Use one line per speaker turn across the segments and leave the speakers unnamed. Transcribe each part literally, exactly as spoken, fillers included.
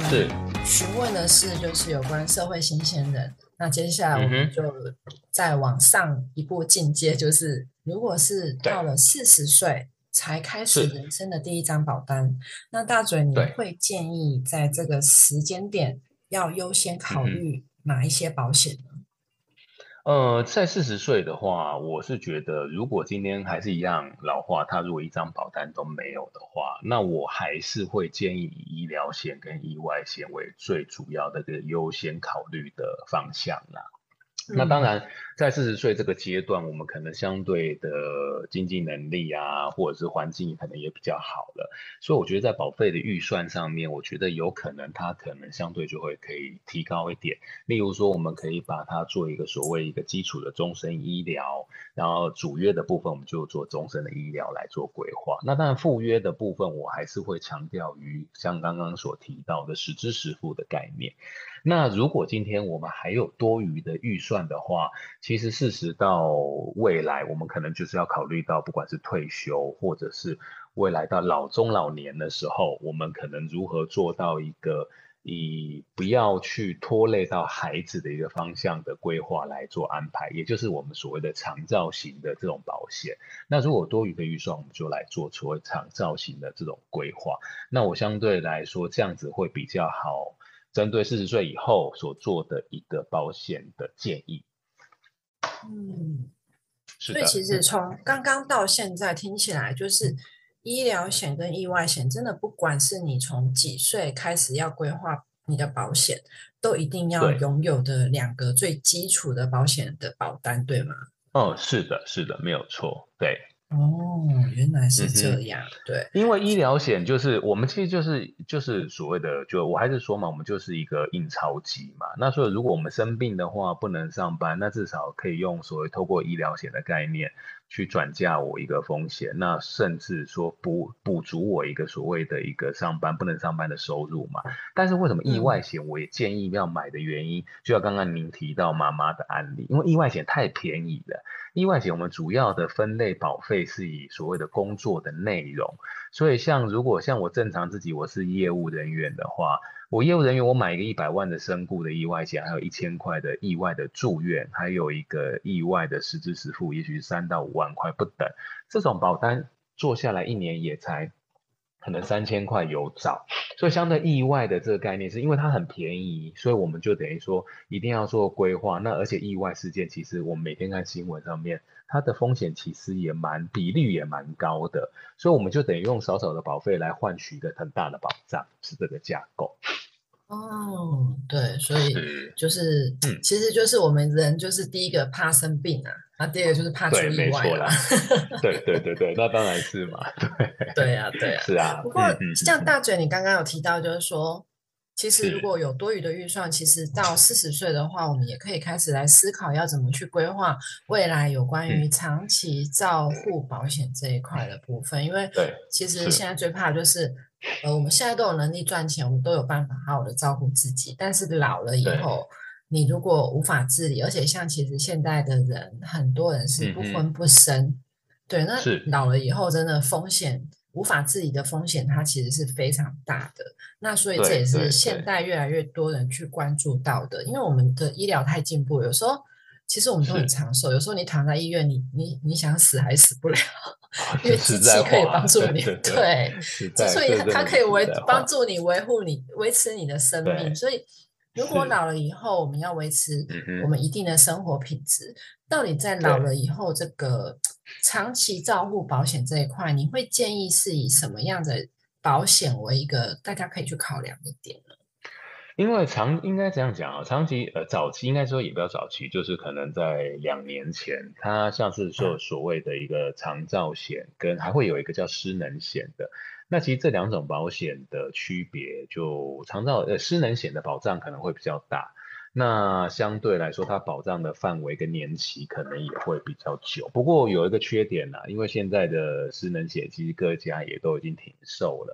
是，
询问的是就是有关社会新鲜人。那接下来我
嗯哼，
们就再往上一步进阶，就是如果是
对，
到了四十岁才开始
是，
人生的第一张保单，那大嘴你
对，
会建议在这个时间点要优先
嗯哼。
考虑哪一些保险呢？
呃，在四十岁的话，我是觉得，如果今天还是一样老化，他如果一张保单都没有的话，那我还是会建议以医疗险跟意外险为最主要的一个优先考虑的方向啦。那当
嗯
然，在四十岁这个阶段，我们可能相对的经济能力啊，或者是环境可能也比较好了，所以我觉得在保费的预算上面，我觉得有可能它可能相对就会可以提高一点。例如说，我们可以把它做一个所谓一个基础的终身医疗，然后主约的部分我们就做终身的医疗来做规划。那当然附约的部分，我还是会强调于像刚刚所提到的实支实付的概念。那如果今天我们还有多余的预算的话，其实事实到未来，我们可能就是要考虑到，不管是退休，或者是未来到老中老年的时候，我们可能如何做到一个以不要去拖累到孩子的一个方向的规划来做安排，也就是我们所谓的长照型的这种保险。那如果有多余的预算，我们就来做所谓长照型的这种规划。那我相对来说，这样子会比较好。针对四十岁以后所做的一个保险的建议。
嗯，所以其
是的，
实从刚刚到现在听起来，就是医疗险跟意外险，真的不管是你从几岁开始要规划你的保险，都一定要
对。
拥有的两个最基础的保险的保单，对吗？
哦，是的，是的，没有错，对。
哦，原来是
嗯哼。
这样，对，
因为医疗险就是我们其实就是就是所谓的，就我还是说嘛，我们就是一个印钞机嘛。那所以如果我们生病的话不能上班，那至少可以用所谓透过医疗险的概念去转嫁我一个风险，那甚至说补补足我一个所谓的一个上班不能上班的收入嘛。但是为什么意外
嗯
险我也建议要买的原因，就像刚刚您提到妈妈的案例，因为意外险太便宜了。意外险我们主要的分类保费是以所谓的工作的内容。所以像如果像我正常自己我是业务人员的话，我业务人员我买一个一百万的身故的意外险，还有一千块的意外的住院，还有一个意外的实支实付，也许三到五万块不等，这种保单做下来一年也才可能三千块有找。所以相对意外的这个概念，是因为它很便宜，所以我们就等于说一定要做规划。那而且意外事件，其实我们每天看新闻上面，它的风险其实也蛮比率也蛮高的，所以我们就等于用少少的保费来换取一个很大的保障，是这个架构。
哦，对，所以
是，
就是，
嗯，
其实就是我们人就是第一个怕生病啊，那第二个就是怕出
对，没
意外啊。
错啦，对对对对，那当然是嘛，对，
对呀，对呀。
是啊，
不过
嗯嗯嗯嗯，
像大嘴，你刚刚有提到，就是说，其实如
是，
果有多余的预算，其实到四十岁的话，我们也可以开始来思考要怎么去规划未来有关
嗯，
于长期照护保险这一块的部分。因为
对，
其实
是，
现在最怕的就是，呃，我们现在都有能力赚钱，我们都有办法好好的照顾自己，但是老了以
对，
后，你如果无法自理，而且像其实现在的人，很多人是
嗯哼，
不婚不生。对，那
是，
老了以后，真的风险无法自理的风险，它其实是非常大的。那所以这也
对
是
对对，
现代越来越多人去关注到的，因为我们的医疗太进步，有时候其实我们都很
是。
长寿，有时候你躺在医院，你你你想死还死不了，
啊，
因为
这实
机器可以帮
在话，对
助你，
对对，
对，
实在，
之所以它
这真的是
它可以维
实在话，
帮助你维护你维持你的生命，
对，
所以如果
是，
老了以后，我们要维持
嗯哼，
我们一定的生活品质，到底在老
对。
了以后，这个长期照护保险这一块，你会建议是以什么样的保险为一个大家可以去考量的点呢？
因为长应该这样讲啊，长期呃早期应该说也不要早期，就是可能在两年前，它像是说所谓的一个长照险，跟还会有一个叫失能险的。那其实这两种保险的区别就长照呃失能险的保障可能会比较大，那相对来说它保障的范围跟年期可能也会比较久。不过有一个缺点呐、因为现在的失能险其实各家也都已经停售了。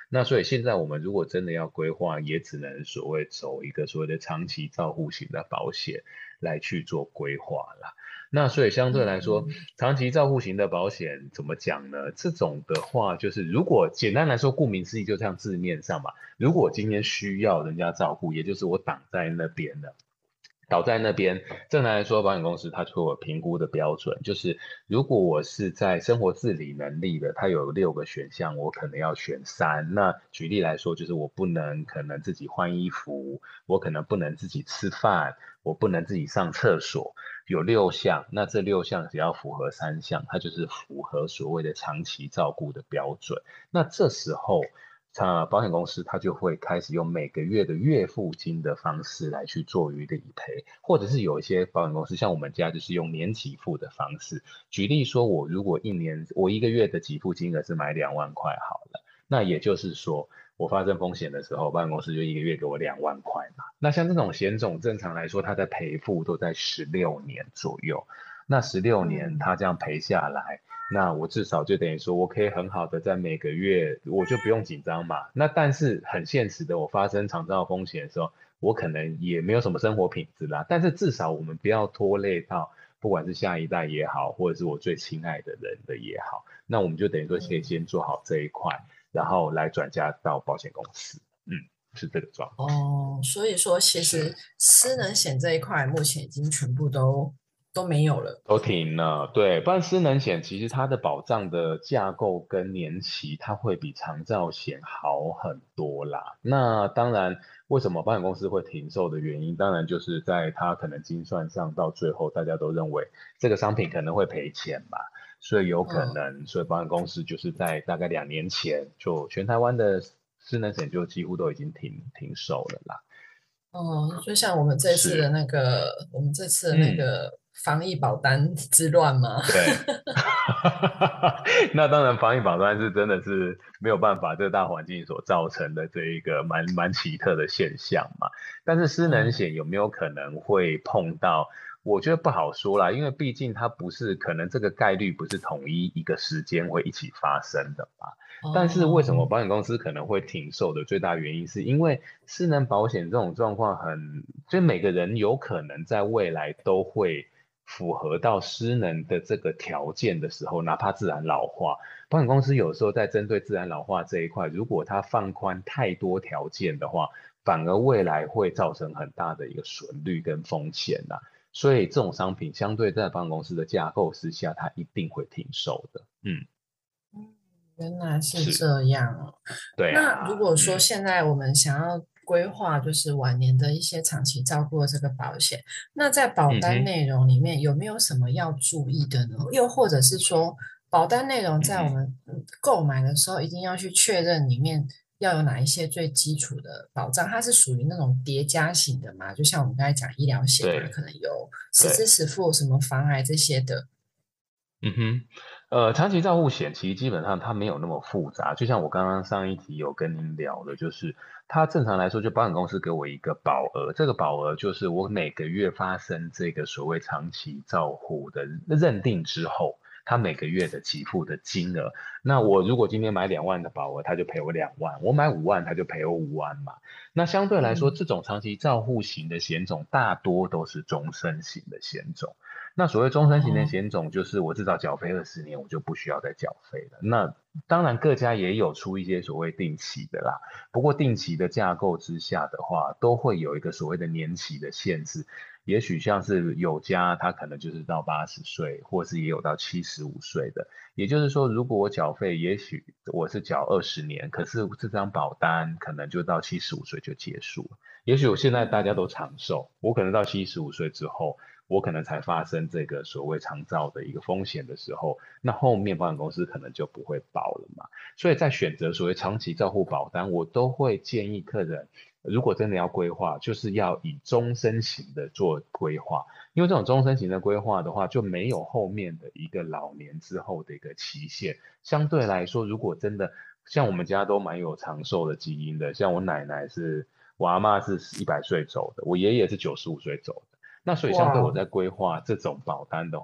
那所以现在我们如果真的要规划，也只能所谓走一个所谓的长期照护型的保险来去做规划啦。那所以相对来说，
嗯
长期照护型的保险怎么讲呢？这种的话，就是如果简单来说，顾名思义，就像字面上嘛。如果今天需要人家照顾，也就是我挡在那边的，倒在那边，正常来说，保险公司它就有评估的标准，就是如果我是在生活自理能力的，它有六个选项，我可能要选三。那举例来说，就是我不能可能自己换衣服，我可能不能自己吃饭，我不能自己上厕所，有六项。那这六项只要符合三项，它就是符合所谓的长期照顾的标准。那这时候，呃，保险公司它就会开始用每个月的月付金的方式来去做予理赔，或者是有一些保险公司，像我们家就是用年给付的方式。举例说，我如果一年我一个月的给付金额是买两万块好了，那也就是说，我发生风险的时候，保险公司就一个月给我两万块嘛。那像这种险种，正常来说，它的赔付都在十六年左右。那十六年，
嗯
它这样赔下来。那我至少就等于说，我可以很好的在每个月，我就不用紧张嘛。那但是很现实的，我发生长照风险的时候，我可能也没有什么生活品质啦。但是至少我们不要拖累到，不管是下一代也好，或者是我最亲爱的人的也好，那我们就等于说可以
嗯。
先做好这一块，然后来转嫁到保险公司。嗯，是这个状况。
哦，所以说其实
是。
失能险这一块目前已经全部都都没有了。
都停了，对，不然失能险其实它的保障的架构跟年期，它会比长照险好很多啦。那当然，为什么保险公司会停售的原因，当然就是在它可能精算上到最后，大家都认为这个商品可能会赔钱吧，所以有可
嗯，
能，所以保险公司就是在大概两年前，就全台湾的失能险就几乎都已经停停售了啦。
哦，就像我们这次的
是，
那个，我们这次的那
嗯。
个防疫保单之乱嘛。
对，那当然，防疫保单是真的是没有办法，这个大环境所造成的这一个蛮蛮奇特的现象嘛。但是失能
嗯
险有没有可能会碰到？我觉得不好说啦，因为毕竟它不是可能这个概率不是统一一个时间会一起发生的嘛。但是为什么
哦，
保险公司可能会停售的最大原因，是因为失能保险这种状况很，就每个人有可能在未来都会符合到失能的这个条件的时候，哪怕自然老化，保险公司有时候在针对自然老化这一块，如果它放宽太多条件的话，反而未来会造成很大的一个损率跟风险呐、所以这种商品相对在保险公司的架构之下，它一定会停售的。嗯，
原来是
是，
这样哦。那如
对啊，
果说
嗯
现在我们想要规划就是晚年的一些长期照顾的这个保险，那在保
嗯哼，
单内容里面有没有什么要注意的呢？又或者是说，保单内容
嗯哼。
在我们嗯购买的时候一定要去确认里面要有哪一些最基础的保障？它是属于那种叠加型的嘛？就像我们刚才讲医疗险啊，
对
可能有实支
对，
实付、什么防癌这些的。
嗯哼，呃，长期照护险其实基本上它没有那么复杂，就像我刚刚上一题有跟您聊的，就是它正常来说，就保险公司给我一个保额，这个保额就是我每个月发生这个所谓长期照护的认定之后，它每个月的给付的金额。那我如果今天买两万的保额，它就赔我两万；我买五万，它就赔我五万嘛。那相对来说，
嗯，
这种长期照护型的险种大多都是终身型的险种。那所谓终身型的
哦，
险种，就是我至少缴费二十年，我就不需要再缴费了。那当然各家也有出一些所谓定期的啦，不过定期的架构之下的话，都会有一个所谓的年期的限制。也许像是有家，它可能就是到八十岁，或是也有到七十五岁的。也就是说，如果我缴费，也许我是缴二十年，可是这张保单可能就到七十五岁就结束了。也许我现在大家都长寿，我可能到七十五岁之后。我可能才发生这个所谓长照的一个风险的时候，那后面保险公司可能就不会保了嘛。所以在选择所谓长期照护保单，我都会建议客人，如果真的要规划，就是要以终身型的做规划，因为这种终身型的规划的话，就没有后面的一个老年之后的一个期限。相对来说，如果真的像我们家都蛮有长寿的基因的，像我奶奶是，我阿嬷是一百岁走的，我爷爷是九十五岁走的。那所以相对我
哇，
在规划这种保单的话，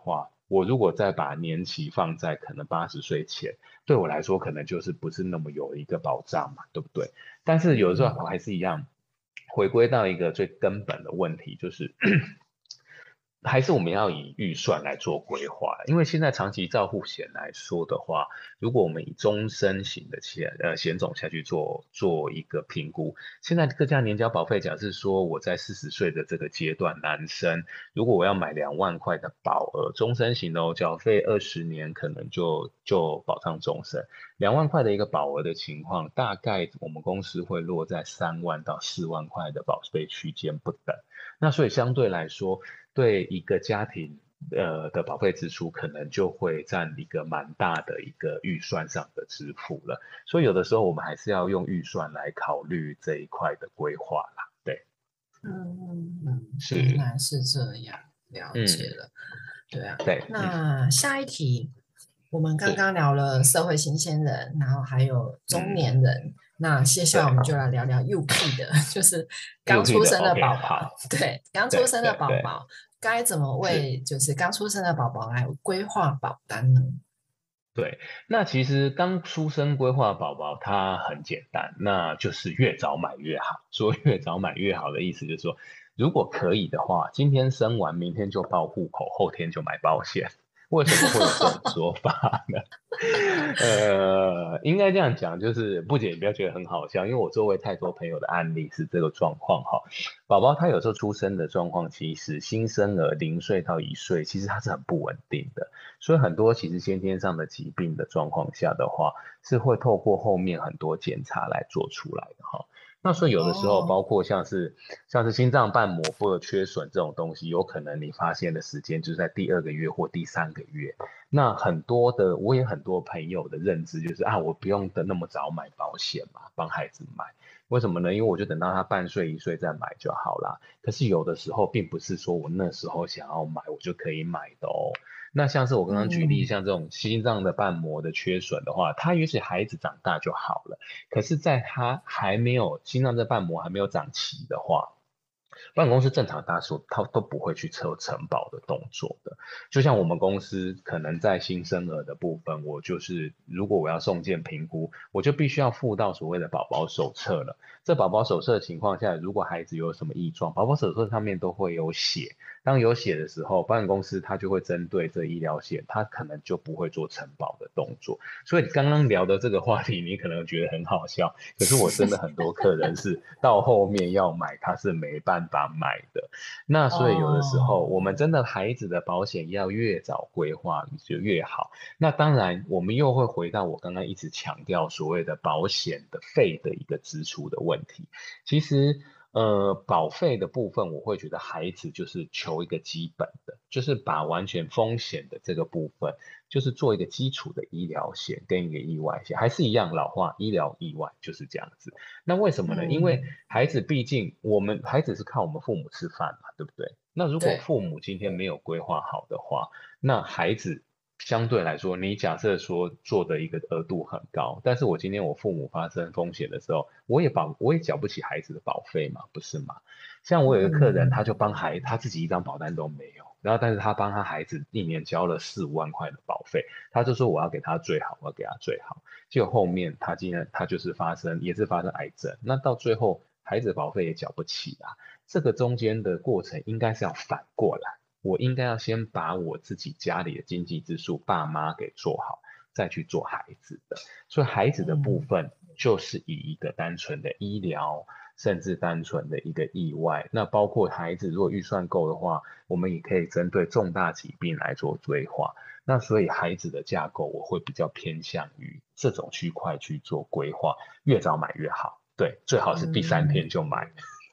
我如果再把年期放在可能八十岁前，对我来说可能就是不是那么有一个保障嘛，对不对？但是有的时候还是一样，回归到一个最根本的问题，就是还是我们要以预算来做规划，因为现在长期照护险来说的话，如果我们以终身型的险呃险种下去做做一个评估，现在各家年缴保费，假设说我在四十岁的这个阶段，男生如果我要买两万块的保额，终身型的哦，缴费二十年可能就就保障终身，两万块的一个保额的情况，大概我们公司会落在三万到四万块的保费区间不等。那所以相对来说，对一个家庭呃的保费支出，可能就会占一个蛮大的一个预算上的支付了。所以有的时候我们还是要用预算来考虑这一块的规划啦。对，
嗯嗯嗯，原
是，
来是这样，了解
嗯，
了。对啊，
对，嗯，
那下一题，我们刚
是，
刚聊了社会新鲜人，然后还有中
嗯，
年人，那接下来我
对
们就来聊聊 U K 的，就是刚
，U P 的
出生的
OK，
宝宝。
好，
对，刚出
对
生的
对对，
宝宝该怎么
是。
为就是刚出生的宝宝来规划保单呢？
对，那其实刚出生规划宝宝，它很简单，那就是越早买越好。说越早买越好的意思就是说，如果可以的话，今天生完，明天就报户口，后天就买保险。为什么会有这种说法呢？呃，应该这样讲，就是不姐，你不要觉得很好笑，因为我周围太多朋友的案例是这个状况哈。宝宝他有时候出生的状况，其实新生儿零岁到一岁，其实他是很不稳定的。所以很多其实先天上的疾病的状况下的话，是会透过后面很多检查来做出来的哈。那所以有的时候，
哦，
包括像是像是心脏瓣膜或者缺损这种东西，有可能你发现的时间就是在第二个月或第三个月。那很多的，我也很多朋友的认知就是啊，我不用等那么早买保险嘛，帮孩子买。为什么呢？因为我就等到他半岁一岁再买就好啦。可是有的时候并不是说我那时候想要买我就可以买的哦。那像是我刚刚举例，
嗯，
像这种心脏的瓣膜的缺损的话，它也许孩子长大就好了，可是在他还没有心脏的瓣膜还没有长齐的话，保险公司正常大数他都不会去测承保的动作的。就像我们公司可能在新生儿的部分，我就是如果我要送件评估，我就必须要附到所谓的宝宝手册了。这宝宝手册的情况下，如果孩子有什么异状，宝宝手册上面都会有写。当有写的时候，保险公司它就会针对这医疗险，它可能就不会做承保的动作。所以刚刚聊的这个话题，你可能觉得很好笑，可是我真的很多客人是到后面要买，他是没办法买的。那所以有的时候，我们
哦，
真的孩子的保险要越早规划就越好。那当然，我们又会回到我刚刚一直强调所谓的保险的费的一个支出的问题。其实，呃，保费的部分，我会觉得孩子就是求一个基本的，就是把完全风险的这个部分，就是做一个基础的医疗险跟一个意外险，还是一样老化，医疗意外就是这样子。那为什么呢？因为
嗯，
孩子毕竟我们孩子是靠我们父母吃饭嘛，对不对？那如果
对，
父母今天没有规划好的话，那孩子相对来说，你假设说做的一个额度很高，但是我今天我父母发生风险的时候，我也保我也缴不起孩子的保费嘛，不是吗？像我有一个客人，他
嗯，
就帮孩他自己一张保单都没有，然后但是他帮他孩子一年交了四五万块的保费，他就说我要给他最好，我要给他最好。结果后面他竟然他就是发生也是发生癌症，那到最后孩子的保费也缴不起啊。这个中间的过程应该是要反过来，我应该要先把我自己家里的经济支柱爸妈给做好，再去做孩子的。所以孩子的部
嗯，
分就是以一个单纯的医疗，甚至单纯的一个意外。那包括孩子如果预算够的话，我们也可以针对重大疾病来做规划。那所以孩子的架构我会比较偏向于这种区块去做规划，越早买越好。对，最好是第三
嗯，
天就买。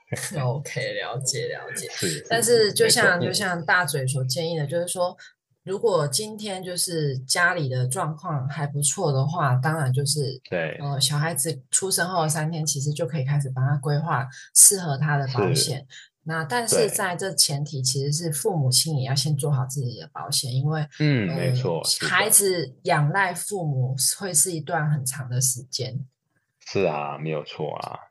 OK，了解了解。
是是是，
但是就
没错，
像就
嗯，
像大嘴所建议的，就是说，如果今天就是家里的状况还不错的话，当然就是
对，
呃小孩子出生后的三天，其实就可以开始帮他规划适合他的保
是，
险。那但是
对，
在这前提，其实是父母亲也要先做好自己的保险，因为
嗯，没
呃
错，是
孩
的，
子仰赖父母会是一段很长的时间。
是啊，没有错啊。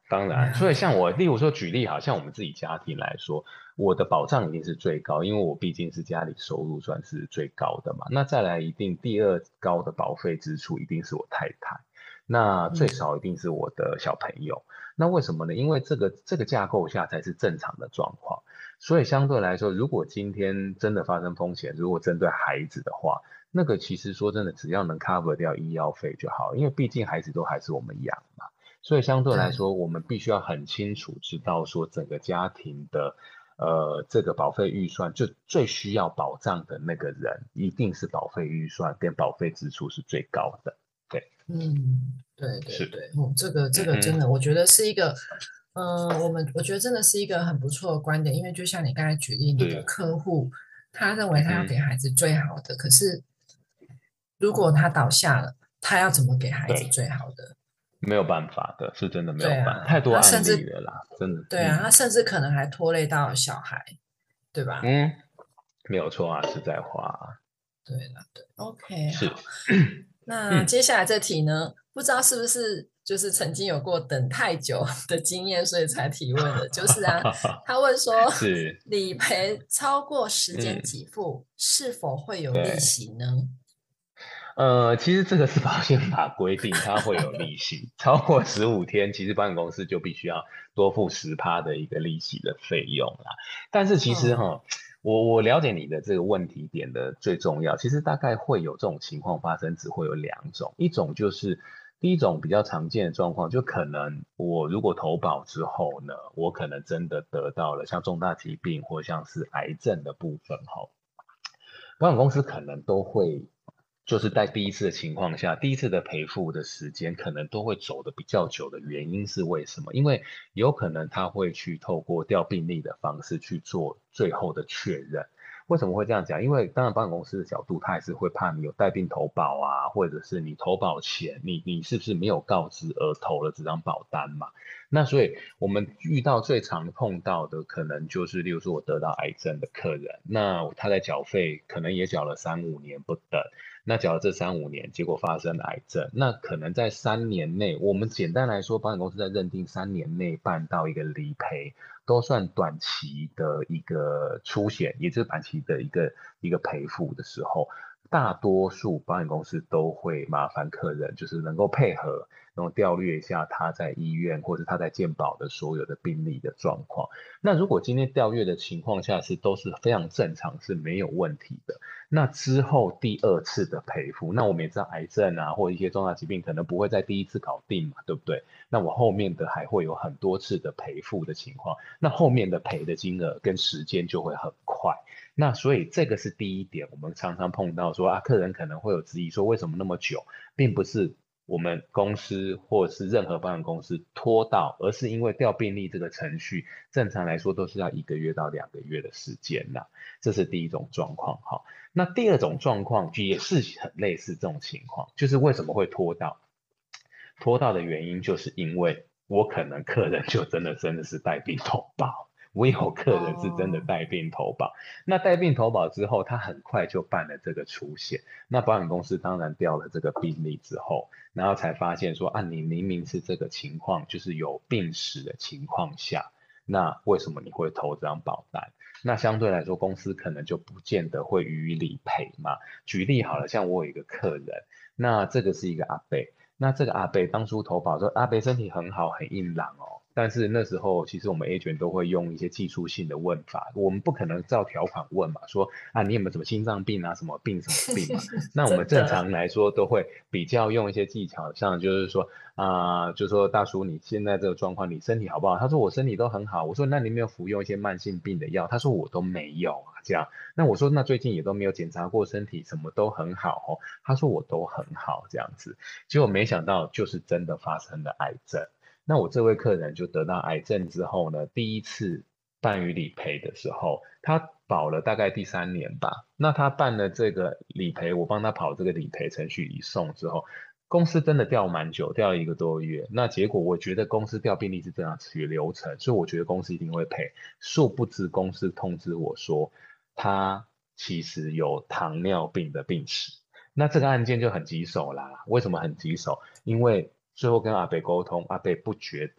当然，所以像我，例如说举例，好像我们自己家庭来说，我的保障一定是最高，因为我毕竟是家里收入算是最高的嘛。那再来一定第二高的保费支出一定是我太太，那最
嗯，
少一定是我的小朋友。那为什么呢？因为这个这个架构下才是正常的状况。所以相对来说，如果今天真的发生风险，如果针对孩子的话，那个其实说真的，只要能 cover 掉医药费就好，因为毕竟孩子都还是我们养嘛。所以相对来
对。
说，我们必须要很清楚知道说整个家庭的呃这个保费预算，就最需要保障的那个人，一定是保费预算跟保费支出是最高的。对，
嗯，对对
是，
对，哦，这个这
嗯哼，
个真的，我觉得是一个，嗯、我们我觉得真的是一个很不错的观点，因为就像你刚才举例，你的
是，
客户他认为他要给
嗯哼，
孩子最好的，可是如果他倒下了，他要怎么给孩子
对，
最好的？
没有办法的，是真的没有办法，
对啊，
太多案
他甚至
例了啦，真的，
对啊，他
嗯
甚至可能还拖累到小孩，对吧？
嗯，没有错啊，实在话啊，
对了，对，OK，
是，
好，那
嗯，
接下来这题呢，不知道是不是就是曾经有过等太久的经验，所以才提问的。就是啊，他问说，
是，
理赔超过时间
嗯，
给付是否会有利
对。
息呢？
呃，其实这个是保险法规定，它会有利息，超过十五天，其实保险公司就必须要多付十趴的一个利息的费用啦。但是其实
嗯
哈，我我了解你的这个问题点的最重要，其实大概会有这种情况发生，只会有两种，一种就是第一种比较常见的状况，就可能我如果投保之后呢，我可能真的得到了像重大疾病或像是癌症的部分哈。保险公司可能都会，就是在第一次的情况下，第一次的赔付的时间可能都会走的比较久的原因是为什么？因为有可能他会去透过调病历的方式去做最后的确认。为什么会这样讲？因为当然保险公司的角度，他还是会怕你有带病投保啊，或者是你投保前你你是不是没有告知而投了这张保单嘛？那所以我们遇到最常碰到的，可能就是，例如说我得到癌症的客人，那他在缴费可能也缴了三五年不等，那缴了这三五年，结果发生了癌症，那可能在三年内，我们简单来说，保险公司在认定三年内办到一个理赔，都算短期的一个出险，也就是短期的一个一个赔付的时候。大多数保险公司都会麻烦客人，就是能够配合，然后调阅一下他在医院或者他在健保的所有的病历的状况。那如果今天调阅的情况下是都是非常正常，是没有问题的，那之后第二次的赔付，那我们也知道癌症啊或者一些重大疾病可能不会在第一次搞定嘛，对不对？那我后面的还会有很多次的赔付的情况，那后面的赔的金额跟时间就会很快。那所以这个是第一点，我们常常碰到说啊，客人可能会有质疑说为什么那么久，并不是我们公司或者是任何保险公司拖到，而是因为调病历这个程序，正常来说都是要一个月到两个月的时间呐，这是第一种状况哈。那第二种状况也是很类似这种情况，就是为什么会拖到？拖到的原因就是因为我可能客人就真的真的是带病投保。我有客人是真的
哦，
带病投保，那带病投保之后，他很快就办了这个出险。那保险公司当然调了这个病历之后，然后才发现说，啊，你明明是这个情况，就是有病史的情况下，那为什么你会投这张保单？那相对来说，公司可能就不见得会予以理赔嘛。举例好了，像我有一个客人，那这个是一个阿伯，那这个阿伯当初投保说，阿伯身体很好，很硬朗哦。但是那时候其实我们 agent 都会用一些技术性的问法，我们不可能照条款问嘛，说啊你有没有什么心脏病啊，什么病什么病嘛。那我们正
真的，
常来说都会比较用一些技巧，像就是说啊、呃，就说大叔你现在这个状况，你身体好不好？他说我身体都很好。我说那你有没有服用一些慢性病的药？他说我都没有啊，这样。那我说那最近也都没有检查过身体，什么都很好哦。他说我都很好这样子。结果没想到就是真的发生了癌症。那我这位客人就得到癌症之后呢，第一次办理理赔的时候，他保了大概第三年吧。那他办了这个理赔，我帮他跑这个理赔程序一送之后，公司真的调蛮久，调了一个多月。那结果我觉得公司调病历是这样子流程，所以我觉得公司一定会赔。殊不知公司通知我说，他其实有糖尿病的病史。那这个案件就很棘手啦。为什么很棘手？因为最后跟阿北沟通，阿北不觉得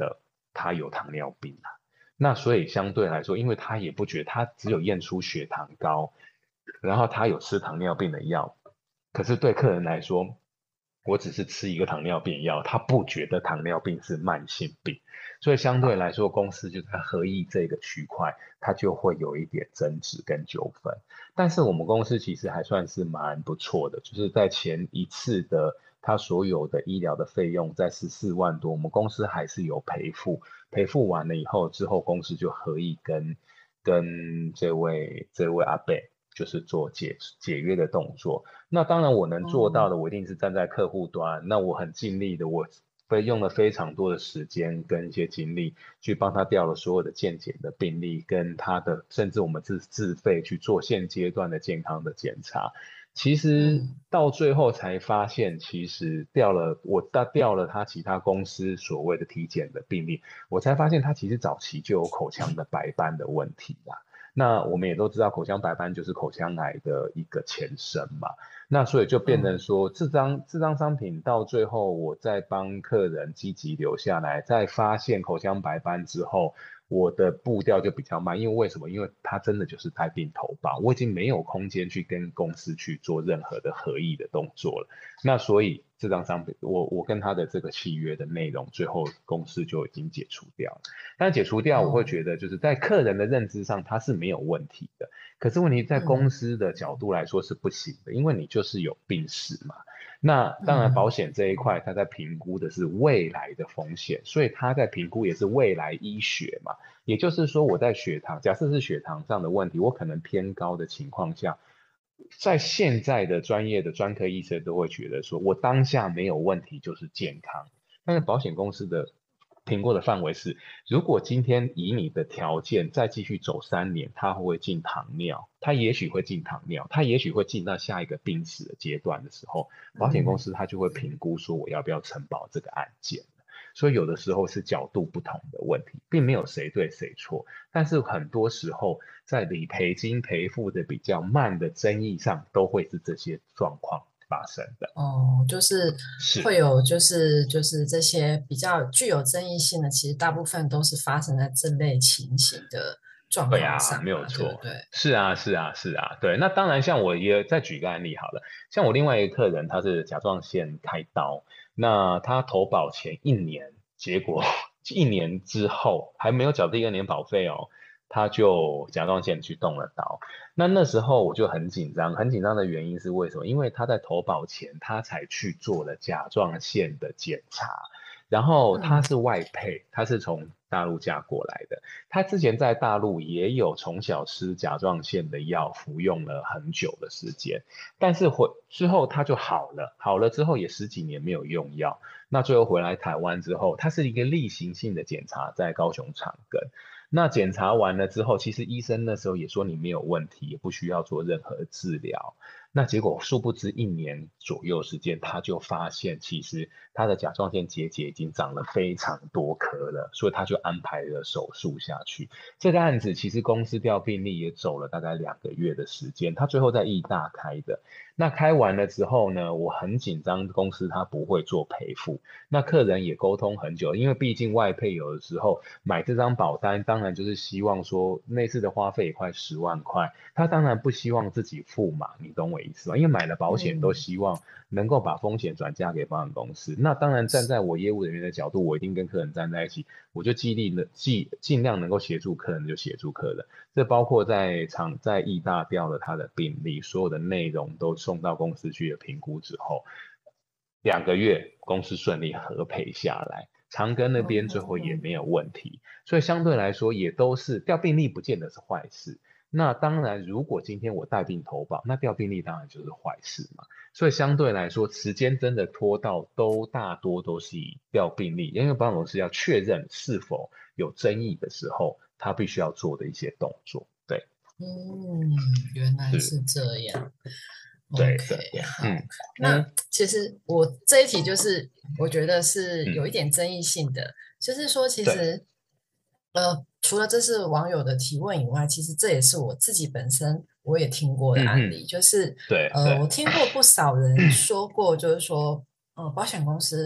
他有糖尿病啊。那所以相对来说，因为他也不觉得，他只有验出血糖高，然后他有吃糖尿病的药，可是对客人来说，我只是吃一个糖尿病药，他不觉得糖尿病是慢性病，所以相对来说，公司就在合意这个区块，它就会有一点争执跟纠纷。但是我们公司其实还算是蛮不错的，就是在前一次的他所有的医疗的费用在十四万多，我们公司还是有赔付，赔付完了以后，之后公司就合意跟跟这位这位阿伯就是做解解约的动作。那当然我能做到的，我一定是站在客户端，那我很尽力的，我费用了非常多的时间跟一些精力去帮他调了所有的健检的病历，跟他的甚至我们自自费去做现阶段的健康的检查。其实到最后才发现，其实调了我调调了他其他公司所谓的体检的病历，我才发现他其实早期就有口腔的白斑的问题啦。那我们也都知道，口腔白斑就是口腔癌的一个前身嘛。那所以就变成说，这张这张商品到最后，我在帮客人积极留下来，在发现口腔白斑之后，我的步调就比较慢。因为为什么？因为它真的就是带病投保，我已经没有空间去跟公司去做任何的合意的动作了。那所以这张商品，我我跟他的这个契约的内容，最后公司就已经解除掉了。但解除掉，我会觉得就是在客人的认知上，它是没有问题的。可是问题在公司的角度来说是不行的，因为你就是有病史嘛。那当然保险这一块，它在评估的是未来的风险，所以它在评估也是未来医学嘛。也就是说，我在血糖，假设是血糖上的问题，我可能偏高的情况下，在现在的专业的专科医生都会觉得说，我当下没有问题就是健康。但是保险公司的评估的范围是，如果今天以你的条件再继续走三年，它会进糖尿，它也许会进糖尿，它也许会进到下一个病史的阶段的时候，保险公司它就会评估说我要不要承保这个案件。所以有的时候是角度不同的问题，并没有谁对谁错，但是很多时候在理赔金赔付的比较慢的争议上，都会是这些状况发生的。
哦，就是会
是，
有，就是就是这些比较具有争议性的，其实大部分都是发生在这类情形的状况
对啊，没有
上嘛，对不
错。
对？
是啊，是啊，是啊，对。那当然，像我也再举个案例好了，像我另外一个客人，他是甲状腺开刀，那他投保前一年，结果一年之后还没有缴第二年保费哦，他就甲状腺去动了刀。那那时候我就很紧张，很紧张的原因是为什么？因为他在投保前，他才去做了甲状腺的检查。然后他
嗯
是外配，他是从大陆嫁过来的。他之前在大陆也有从小吃甲状腺的药，服用了很久的时间，但是回之后他就好了，好了之后也十几年没有用药。那最后回来台湾之后，他是一个例行性的检查，在高雄长庚。那检查完了之后，其实医生那时候也说你没有问题，也不需要做任何治疗。那结果殊不知一年左右时间，他就发现其实他的甲状腺结节已经长了非常多颗了，所以他就安排了手术下去。这个案子其实公司调病历也走了大概两个月的时间，他最后在义大开的。那开完了之后呢，我很紧张，公司他不会做赔付。那客人也沟通很久，因为毕竟外配有的时候买这张保单，当然就是希望说那次的花费也快十万块，他当然不希望自己付嘛，你懂我意思吧？因为买了保险都
嗯，
希望能够把风险转嫁给保险公司。那当然站在我业务人员的角度，我一定跟客人站在一起，我就尽力的尽尽量能够协助客人就协助客人。这包括在厂在义大调了他的病历，所有的内容都送到公司去的评估之后，两个月公司顺利核赔下来，长庚那边最后也
哦，
没有问题，所以相对来说也都是调病历不见得是坏事。那当然，如果今天我带病投保，那调病历当然就是坏事嘛。所以相对来说，时间真的拖到都大多都是以调病历，因为保险公司要确认是否有争议的时候，他必须要做的一些动作。对，
嗯，原来
是，
是这样。
对
OK，
对对，
好，
嗯
那
嗯，
其实我这一题就是我觉得是有一
嗯，
点争议性的，就是说其
对，
实呃，除了这是网友的提问以外，其实这也是我自己本身我也听过的
嗯嗯，
案例，就是呃，
对对，
我听过不少人说过，就是说呃，保险公司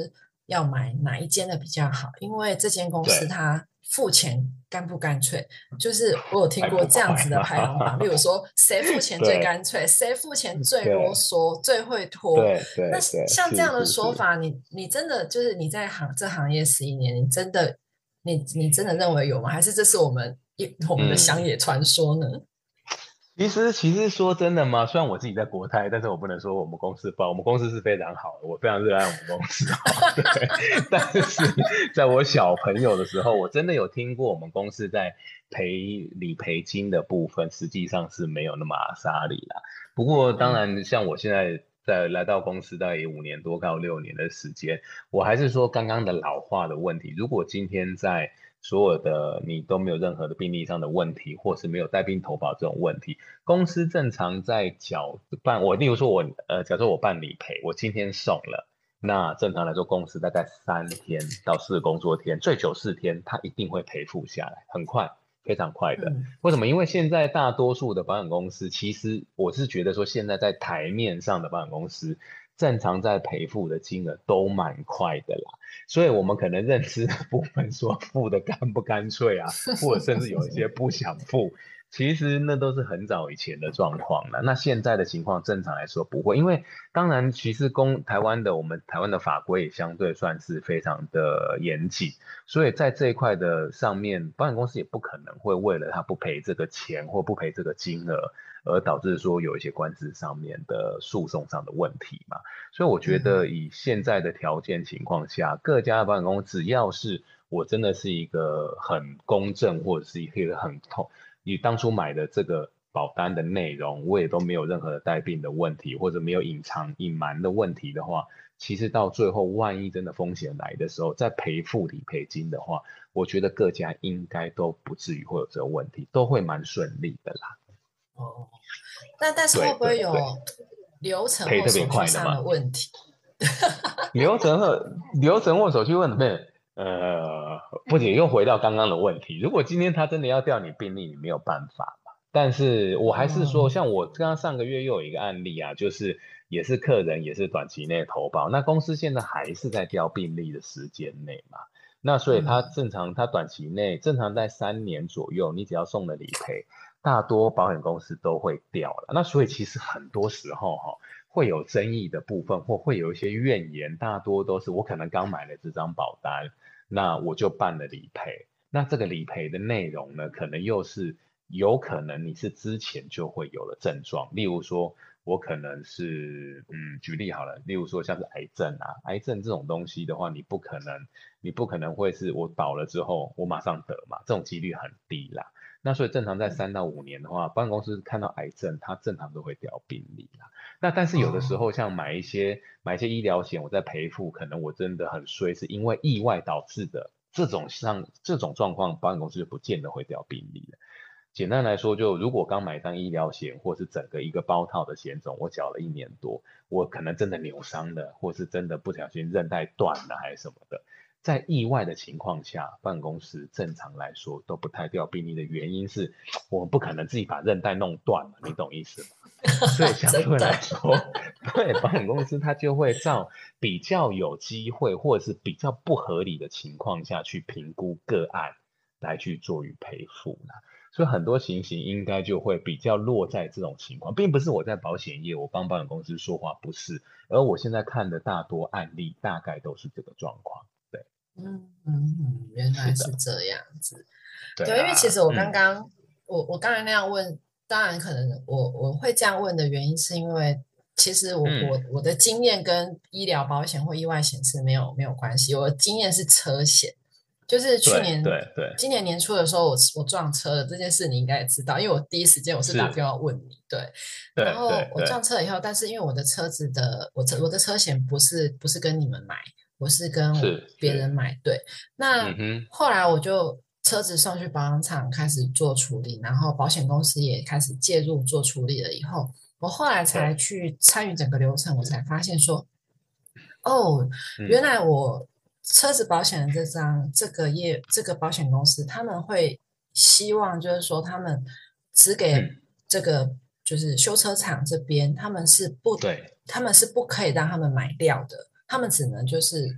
要买哪一间的比较好，因为这间公司
对，
它付钱干不干脆，就是我有听
快
过
不快
这样子的排行榜，例如
嘛？
说谁付钱最
对
干脆，谁付钱最啰
对
嗦，最会拖。
对
那
对对，
像这样的
是是是。
说法，你你真的就是你在行这行业十一年，你真的你你真的认为有吗？还是这是我们一我们的乡
嗯，
野传说呢？
其实其实说真的嘛，虽然我自己在国泰，但是我不能说我们公司不好，我们公司是非常好的，我非常热爱我们公司哦。对，但是在我小朋友的时候，我真的有听过我们公司在赔理赔金的部分，实际上是没有那么阿莎里啦。不过当
嗯
然，像我现在在来到公司大概也五年多到六年的时间，我还是说刚刚的老化的问题，如果今天在所有的你都没有任何的病历上的问题，或是没有带病投保这种问题。公司正常在缴办，我例如说我呃，假设我办理赔，我今天送了，那正常来说，公司大概三天到四个工作天，最久四天，它一定会赔付下来，很快，非常快的。
嗯
为什么？因为现在大多数的保险公司，其实我是觉得说，现在在台面上的保险公司，正常在赔付的金额都蛮快的啦。所以我们可能认知的部分说付的干不干脆啊，或者甚至有一些不想付，其实那都是很早以前的状况了。那现在的情况正常来说不会，因为当然其实公台湾的我们台湾的法规也相对算是非常的严谨，所以在这一块的上面，保险公司也不可能会为了他不赔这个钱或不赔这个金额，而导致说有一些官司上面的诉讼上的问题嘛。所以我觉得
嗯
以现在的条件情况下，各家的保险公司只要是我真的是一个很公正，或者是一个很痛，你当初买的这个保单的内容，我也都没有任何的带病的问题，或者没有隐藏隐瞒的问题的话，其实到最后万一真的风险来的时候，再赔付理赔金的话，我觉得各家应该都不至于会有这个问题，都会蛮顺利的啦。
哦，那但是会
对
不会有
对对，
流程或
赔特别
手续上
快的嘛。
的问题？
流程和流程或手续问题，呃，不仅又回到刚刚的问题，如果今天他真的要调你病历，你没有办法嘛。但是我还是说，
嗯
像我刚刚上个月又有一个案例啊，就是也是客人也是短期内投保，那公司现在还是在调病历的时间内嘛，那所以他
嗯
正常他短期内正常在三年左右，你只要送了理赔，大多保险公司都会调了。那所以其实很多时候哈、会有争议的部分，或会有一些怨言，大多都是我可能刚买了这张保单，那我就办了理赔。那这个理赔的内容呢，可能又是有可能你是之前就会有了症状，例如说，我可能是嗯，举例好了，例如说像是癌症啊，癌症这种东西的话，你不可能，你不可能会是我保了之后我马上得嘛，这种几率很低啦。那所以正常在三到五年的话，保险公司看到癌症，它正常都会调病历啦。那但是有的时
哦
候像买一些买一些医疗险，我在赔付，可能我真的很衰，是因为意外导致的这种像这种状况，保险公司就不见得会调病历了。简单来说，就如果刚买一张医疗险，或是整个一个包套的险种，我缴了一年多，我可能真的扭伤了，或是真的不小心韧带断了还是什么的，在意外的情况下，保险公司正常来说都不太调病历的原因是，我们不可能自己把韧带弄断了，你懂意思吗？所以相对来
真的，
说，对保险公司它就会照比较有机会或者是比较不合理的情况下去评估个案，来去做予赔付啦。所以很多情形应该就会比较落在这种情况，并不是我在保险业我帮保险公司说话，不是，而我现在看的大多案例大概都是这个状况。对，
嗯嗯嗯，原来是
是的，
这样子。对，因为其
对啊，
实我刚
嗯
刚我我刚才那样问，当然可能我我会这样问的原因，是因为其实我我
嗯，
我的经验跟医疗保险或意外险是没有没有关系，我的经验是车险，就是去
对
年
对对，
今年年初的时候我，我撞车了这件事，你应该也知道，因为我第一时间我是打电
是，
话问你，对，然
对
后我撞
对对，
车以后，但是因为我的车子的我车我的车险不是不是跟你们买，我是跟我别人
是是，
买，对。那
嗯哼，
后来我就车子送去保养厂开始做处理，然后保险公司也开始介入做处理了。以后我后来才
对，
去参与整个流程，我才发现说，哦，原
嗯
来我车子保险的这张这个业这个保险公司他们会希望就是说他们只给
嗯，
这个就是修车厂这边他们是不
对，
他们是不可以让他们买掉的，他们只能就是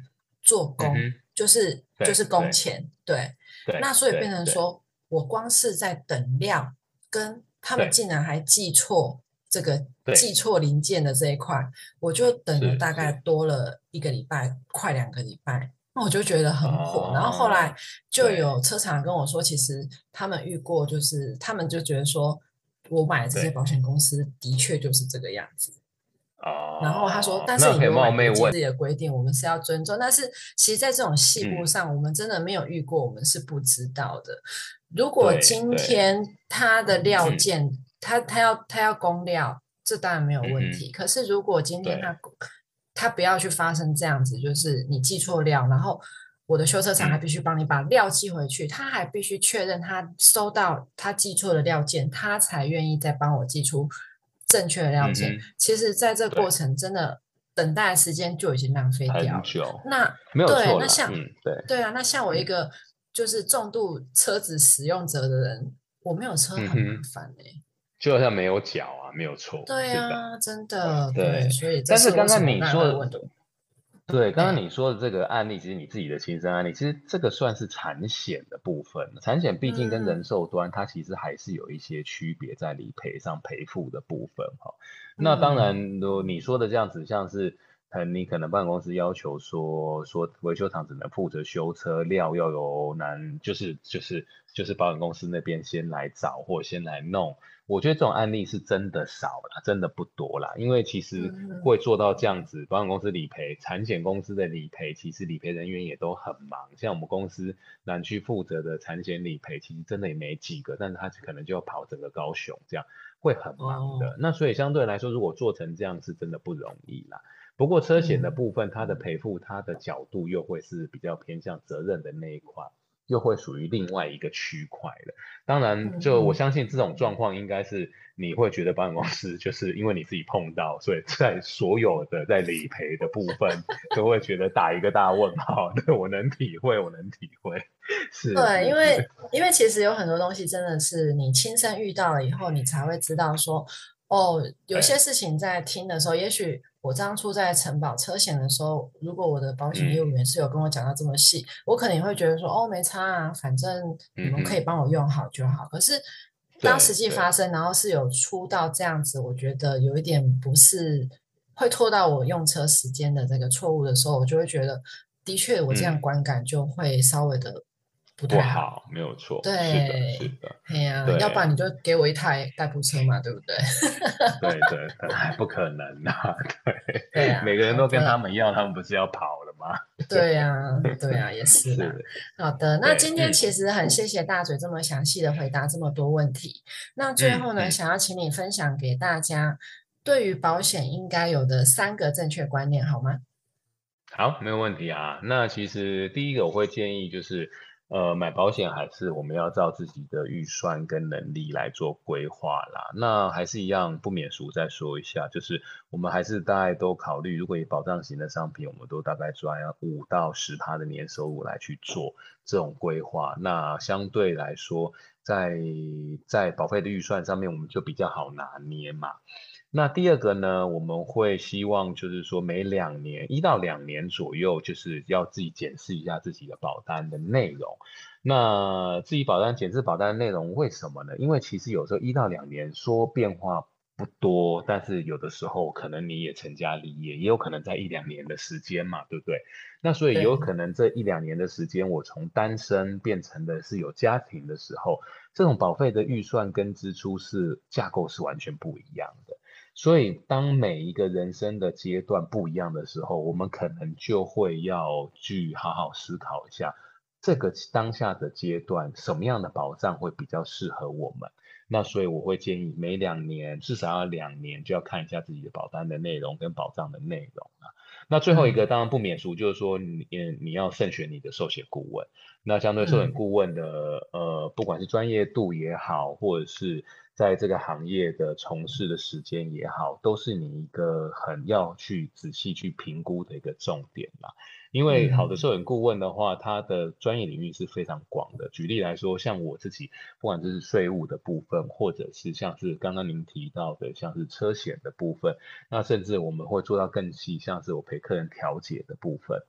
做工，
嗯哼，
就是就是
对对
工钱，对。那
对
所以变
对对
成说我光是在等料，跟他们
对
竟然还记错这个记
对，
错零件的这一块，我就等了大概
是是
多了一个礼拜，快两个礼拜。那我就觉得很火，然后后来
哦，
就有
对
车厂跟我说，其实他们遇过，就是他们就觉得说，我买的这些
对，
保险公司的确就是这个样子。然后他说，
哦，
但是
那可以
你如果买别
冒昧问，
间自己的规定，我们是要尊重。但是其实，在这种细部
嗯，
上，我们真的没有遇过，我们是不知道的。如果
对对，
今天他的料
嗯
件，他他要他要供料，这当然没有
嗯哼，
问题。可是如果今天他
对，
他不要去发生这样子，就是你寄错料，然后我的修车厂还
嗯
必须帮你把料寄回去，他还必须确认他收到他寄错的料件，他才愿意再帮我寄出正确的料件。
嗯哼，
其实，在这过
对，
程真的等待的时间就已经浪费掉了。
很久，
那
没有
对，
错啦，
那像
嗯，对，
对啊，那像我一
嗯
个就是重度车子使用者的人，我没有车很麻
嗯哼，
烦哎、
就好像没有脚啊，没有错，是的，
对啊，真的对，
对。
所以这
但是
是为什么我
刚刚你说的，
刚才会问的。
对，刚刚
哎，
你说的这个案例，其实你自己的亲身案例，其实这个算是产险的部分。产险毕竟跟人
嗯
寿端，它其实还是有一些区别在理赔上赔付的部分哈。那当
嗯
然，如你说的这样子，像是呃，你可能保险公司要求说说维修厂只能负责修车，料要由南，就是就是就是保险公司那边先来找或先来弄。我觉得这种案例是真的少啦，真的不多啦。因为其实
嗯
会做到这样子，保险公司理赔、产险公司的理赔，其实理赔人员也都很忙。像我们公司南区负责的产险理赔，其实真的也没几个，但是他可能就要跑整个高雄，这样会很忙
哦
的。那所以相对来说，如果做成这样是真的不容易啦。不过车险的
嗯
部分，它的赔付它的角度又会是比较偏向责任的那一块，又会属于另外一个区块了。当然，就我
嗯嗯，
相信这种状况应该是你会觉得保险公司就是因为你自己碰到，所以在所有的在理赔的部分都会觉得打一个大问号。对，我能体会，我能体会，是
对，因
是是，
为因为其实有很多东西真的是你亲身遇到了以后，你才会知道说，哦，有些
对，
事情在听的时候，也许我当初在承保车险的时候，如果我的保险业务
嗯
员是有跟我讲到这么细，我可能也会觉得说，哦，没差啊，反正你们可以
嗯哼，
帮我用好就好。可是当实
对对，
际发生，然后是有出到这样子，我觉得有一点不是会拖到我用车时间的这个错误的时候，我就会觉得，的确我这样
嗯，
观感就会稍微的不太好。
不好，没有错，是的，是
对，
的，
哎呀，要不然
对。
你就给我一台代步车嘛，对不对？
对对对，不可能啊！
对
对，每
啊，
个人都跟他
好的，
们要，他们不是要跑了吗？
对呀，对呀，也是啦。
是，
好的，那
对，
今天
嗯
其实很谢谢大嘴这么详细的回答这么多问题。那最后呢，
嗯嗯，
想要请你分享给大家对于保险应该有的三个正确观念，好吗？
好，没有问题啊。那其实第一个我会建议就是，呃，买保险还是我们要照自己的预算跟能力来做规划啦。那还是一样不免俗再说一下，就是我们还是大概都考虑，如果以保障型的商品，我们都大概抓五到十趴的年收入来去做这种规划。那相对来说，在在保费的预算上面，我们就比较好拿捏嘛。那第二个呢，我们会希望就是说每两年一到两年左右，就是要自己检视一下自己的保单的内容。那自己保单检视保单的内容，为什么呢？因为其实有时候一到两年说变化不多，但是有的时候可能你也成家立业，也有可能在一两年的时间嘛，对不对？那所以有
对，
可能这一两年的时间，我从单身变成的是有家庭的时候，这种保费的预算跟支出是架构是完全不一样的。所以，当每一个人生的阶段不一样的时候，我们可能就会要去好好思考一下，这个当下的阶段，什么样的保障会比较适合我们。那所以我会建议每两年至少要两年就要看一下自己的保单的内容跟保障的内容啊。那最后一个
嗯
当然不免俗，就是说你你要慎选你的寿险顾问。那相对寿险
嗯
顾问的呃，不管是专业度也好，或者是在这个行业的从事的时间也好，都是你一个很要去仔细去评估的一个重点啦。因为好的
嗯
寿险顾问的话，他的专业领域是非常广的。举例来说，像我自己，不管这是税务的部分，或者是像是刚刚您提到的，像是车险的部分，那甚至我们会做到更细，像是我陪客人调解的部分。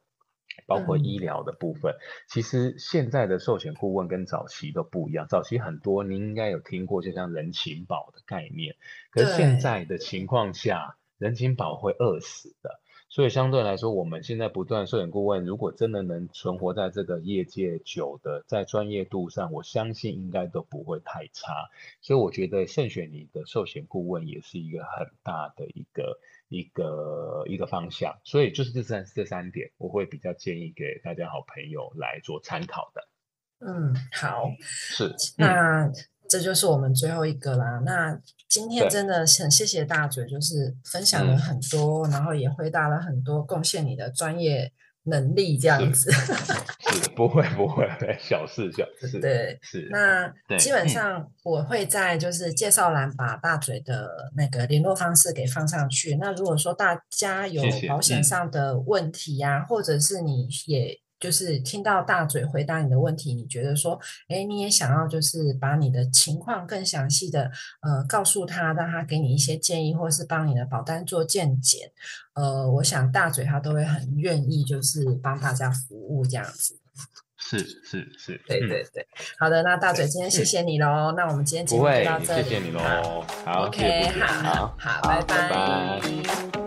包括医疗的部分，嗯、其实现在的寿险顾问跟早期都不一样。早期很多您应该有听过，就像人情保的概念，可是现在的情况下，人情保会饿死的。所以相对来说，我们现在不断寿险顾问，如果真的能存活在这个业界久的，在专业度上，我相信应该都不会太差。所以我觉得慎选你的寿险顾问也是一个很大的一个一个一个方向。所以就是这三这三点，我会比较建议给大家好朋友来做参考的。
嗯，好，
是，
那、
嗯、
这就是我们最后一个啦。那今天真的很谢谢大嘴，就是分享了很多，嗯、然后也回答了很多，贡献你的专业能力这样子。
是，是不会不会，小事小事。
对，
是。
那基本上我会在就是介绍栏把大嘴的那个联络方式给放上去。那如果说大家有保险上的问题呀、啊，或者是你也就是听到大嘴回答你的问题，你觉得说，哎，你也想要就是把你的情况更详细的呃告诉他，让他给你一些建议，或是帮你的保单做健检，呃，我想大嘴他都会很愿意就是帮大家服务这样子。
是是是，
对对对，嗯、好的，那大嘴今天谢谢你喽，嗯、那我们今天节目就到这里，
谢谢你喽，好
，OK，
好，
好好，
好，
拜拜。
拜拜。